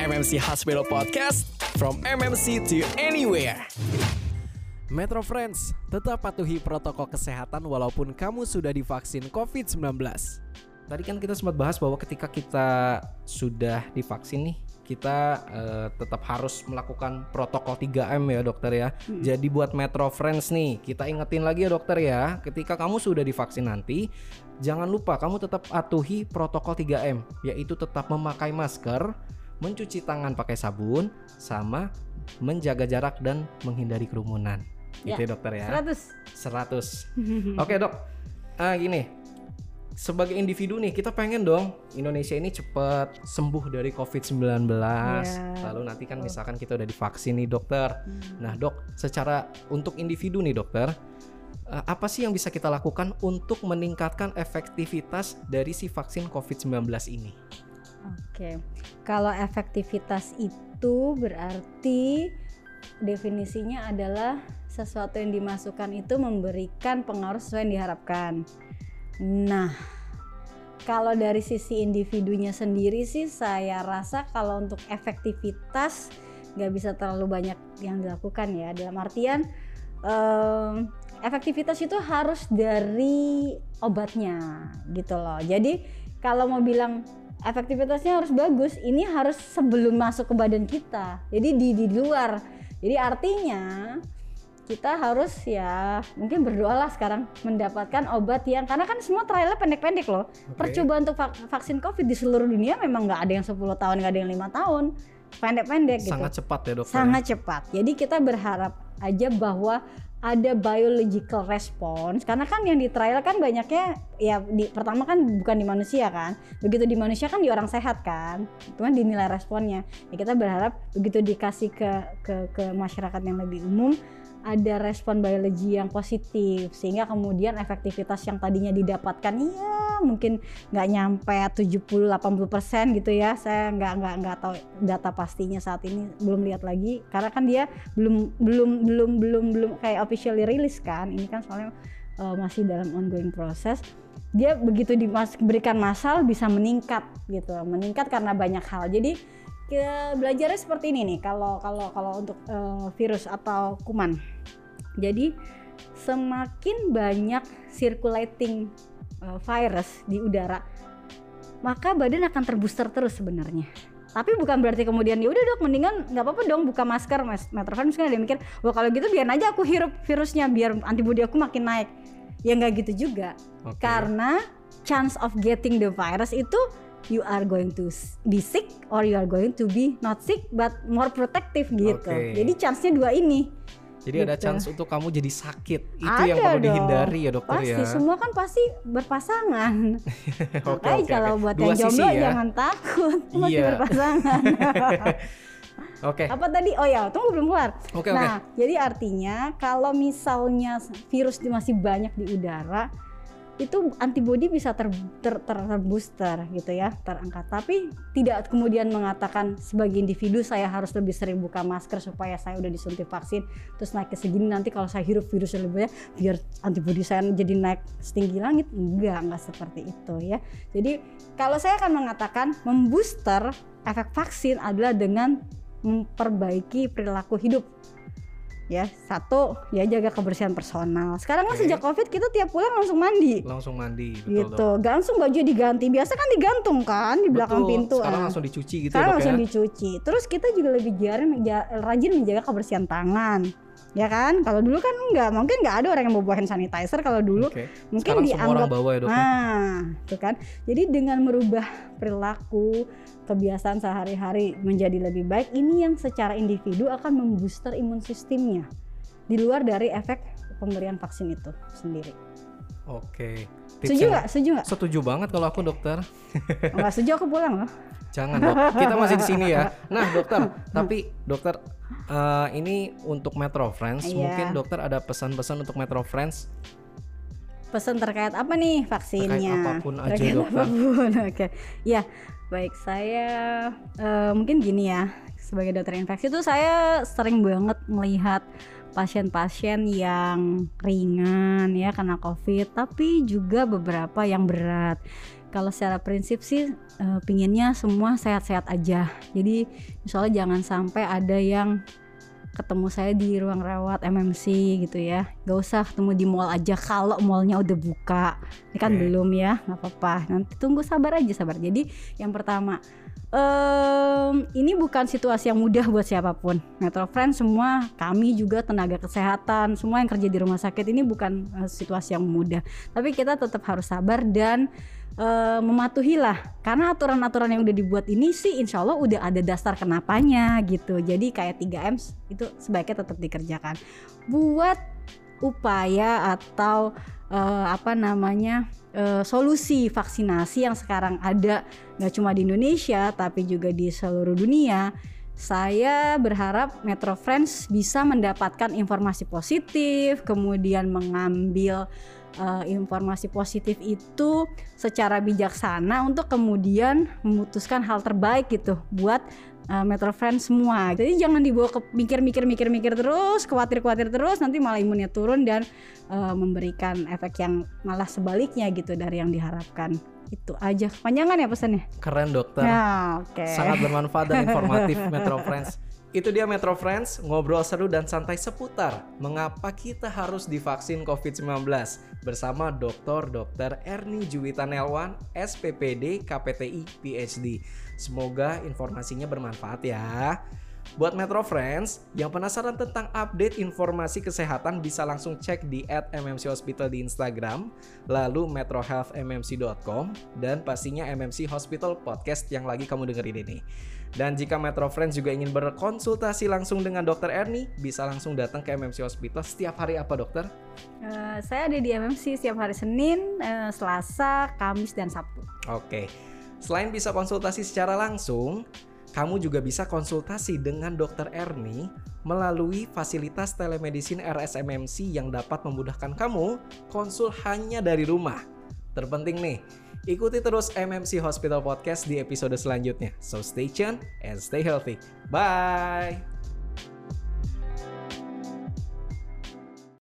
MMC Hospital Podcast, from MMC to anywhere. Metro Friends, tetap patuhi protokol kesehatan walaupun kamu sudah divaksin COVID-19. Tadi kan kita sempat bahas bahwa ketika kita sudah divaksin nih, kita tetap harus melakukan protokol 3M ya dokter ya. Jadi buat Metro Friends nih, kita ingetin lagi ya dokter ya, ketika kamu sudah divaksin nanti, jangan lupa kamu tetap patuhi protokol 3M, yaitu tetap memakai masker, mencuci tangan pakai sabun, sama menjaga jarak dan menghindari kerumunan. Gitu ya dokter ya. 100. Oke dok, gini. Sebagai individu nih, kita pengen dong Indonesia ini cepat sembuh dari COVID-19. Lalu nanti kan misalkan kita udah divaksin nih dokter. Nah dok, secara untuk individu nih dokter, apa sih yang bisa kita lakukan untuk meningkatkan efektivitas dari si vaksin COVID-19 ini? Oke, kalau efektivitas itu berarti definisinya adalah sesuatu yang dimasukkan itu memberikan pengaruh sesuai yang diharapkan. Nah, kalau dari sisi individunya sendiri sih saya rasa kalau untuk efektivitas nggak bisa terlalu banyak yang dilakukan ya. Dalam artian efektivitas itu harus dari obatnya gitu loh. Jadi kalau mau bilang efektivitasnya harus bagus, ini harus sebelum masuk ke badan kita. Jadi di luar. Jadi artinya kita harus ya mungkin berdoalah sekarang mendapatkan obat yang, karena kan semua trialnya pendek-pendek loh. Percobaan untuk vaksin COVID di seluruh dunia memang nggak ada yang 10 tahun, nggak ada yang 5 tahun, pendek-pendek gitu. Sangat cepat ya dokter. Sangat cepat. Jadi kita berharap aja bahwa ada biological response, karena kan yang di trial kan banyaknya ya pertama kan bukan di manusia kan, begitu di manusia kan di orang sehat kan, itu kan dinilai responnya. Ya kita berharap begitu dikasih ke masyarakat yang lebih umum ada respon biologi yang positif, sehingga kemudian efektivitas yang tadinya didapatkan ya mungkin nggak nyampe 70-80% gitu ya. Saya nggak tahu data pastinya saat ini, belum lihat lagi karena kan dia belum kayak officially rilis kan. Ini kan soalnya masih dalam ongoing proses. Dia begitu diberikan massal bisa meningkat gitu, meningkat karena banyak hal. Jadi belajarnya seperti ini nih kalau untuk virus atau kuman. Jadi semakin banyak circulating virus di udara, maka badan akan terbooster terus sebenarnya. Tapi bukan berarti kemudian ya udah dok mendingan nggak apa-apa dong buka masker. Metro Friends kan ada yang mikir, wah kalau gitu biar aja aku hirup virusnya biar antibodi aku makin naik. Ya nggak gitu juga. Karena chance of getting the virus itu you are going to be sick or you are going to be not sick but more protective gitu. Jadi chance-nya dua ini. Jadi gitu. ada chance untuk kamu jadi sakit. Itu yang perlu dihindari ya dokter pasti, ya. Pasti, semua kan pasti berpasangan. Makanya kalau buat yang jomblo jangan takut, masih berpasangan. Apa tadi? Oh ya, tunggu belum keluar. Jadi artinya kalau misalnya virus masih banyak di udara, itu antibodi bisa terbooster gitu ya, terangkat. Tapi tidak kemudian mengatakan sebagai individu saya harus lebih sering buka masker supaya saya udah disuntik vaksin terus naik ke segini, nanti kalau saya hirup virusnya lebih banyak biar antibodi saya jadi naik setinggi langit. Enggak seperti itu ya. Jadi kalau saya akan mengatakan membooster efek vaksin adalah dengan memperbaiki perilaku hidup. Ya, satu ya jaga kebersihan personal. Sekarang kan sejak COVID kita tiap pulang langsung mandi, betul gitu. Dok. Langsung baju diganti. Biasa kan digantung kan di belakang pintu. Sekarang langsung dicuci gitu. Sekarang langsung dicuci. Terus kita juga lebih rajin menjaga kebersihan tangan. Ya kan? Kalau dulu kan mungkin nggak ada orang yang bawa hand sanitizer kalau dulu. Mungkin sekarang dianggap semua orang bawa ya dok. Itu kan. Jadi dengan merubah perilaku, kebiasaan sehari-hari menjadi lebih baik, ini yang secara individu akan membooster imun sistemnya di luar dari efek pemberian vaksin itu sendiri. Setuju nggak? Setuju banget kalau aku dokter. Nggak setuju aku pulang loh. Jangan dok, kita masih di sini ya. Nah dokter, tapi dokter ini untuk Metro Friends, mungkin dokter ada pesan-pesan untuk Metro Friends. Pesan terkait apa nih vaksinnya? Terkait apapun aja dokter. Ya, baik, saya mungkin gini ya, sebagai dokter infeksi itu saya sering banget melihat pasien-pasien yang ringan ya kena COVID, tapi juga beberapa yang berat. Kalau secara prinsip sih pinginnya semua sehat-sehat aja. Jadi misalnya jangan sampai ada yang ketemu saya di ruang rawat MMC gitu ya. Gak usah ketemu di mall aja kalau mallnya udah buka. Ini kan belum ya, gak apa-apa. Nanti tunggu, sabar aja, sabar. Jadi yang pertama, ini bukan situasi yang mudah buat siapapun. Metro Friends semua, kami juga tenaga kesehatan, semua yang kerja di rumah sakit, ini bukan situasi yang mudah. Tapi kita tetap harus sabar dan mematuhilah, karena aturan-aturan yang udah dibuat ini sih insya Allah udah ada dasar kenapanya gitu. Jadi kayak 3M itu sebaiknya tetap dikerjakan. Buat upaya atau solusi vaksinasi yang sekarang ada gak cuma di Indonesia tapi juga di seluruh dunia, saya berharap Metro Friends bisa mendapatkan informasi positif, kemudian mengambil informasi positif itu secara bijaksana untuk kemudian memutuskan hal terbaik gitu buat Metro Friends semua. Jadi jangan dibawa ke mikir terus, khawatir terus, nanti malah imunnya turun dan memberikan efek yang malah sebaliknya gitu dari yang diharapkan. Itu aja, kepanjangan ya pesannya. Keren dokter. Nah, okay. Sangat bermanfaat dan informatif Metro Friends. Itu dia Metro Friends, ngobrol seru dan santai seputar mengapa kita harus divaksin COVID-19 bersama Dr. Erni Juwita Nelwan, SPPD, KPTI, PhD. Semoga informasinya bermanfaat ya. Buat Metro Friends yang penasaran tentang update informasi kesehatan bisa langsung cek di @mmchospital di Instagram, lalu metrohealthmmc.com, dan pastinya MMC Hospital Podcast yang lagi kamu dengerin ini. Dan jika Metro Friends juga ingin berkonsultasi langsung dengan Dr. Erni, bisa langsung datang ke MMC Hospital setiap hari apa dokter? Saya ada di MMC setiap hari Senin, Selasa, Kamis, dan Sabtu. Oke, selain bisa konsultasi secara langsung, kamu juga bisa konsultasi dengan Dr. Erni melalui fasilitas telemedicine RSMMC yang dapat memudahkan kamu konsul hanya dari rumah. Terpenting nih, ikuti terus MMC Hospital Podcast di episode selanjutnya. So stay tuned and stay healthy. Bye!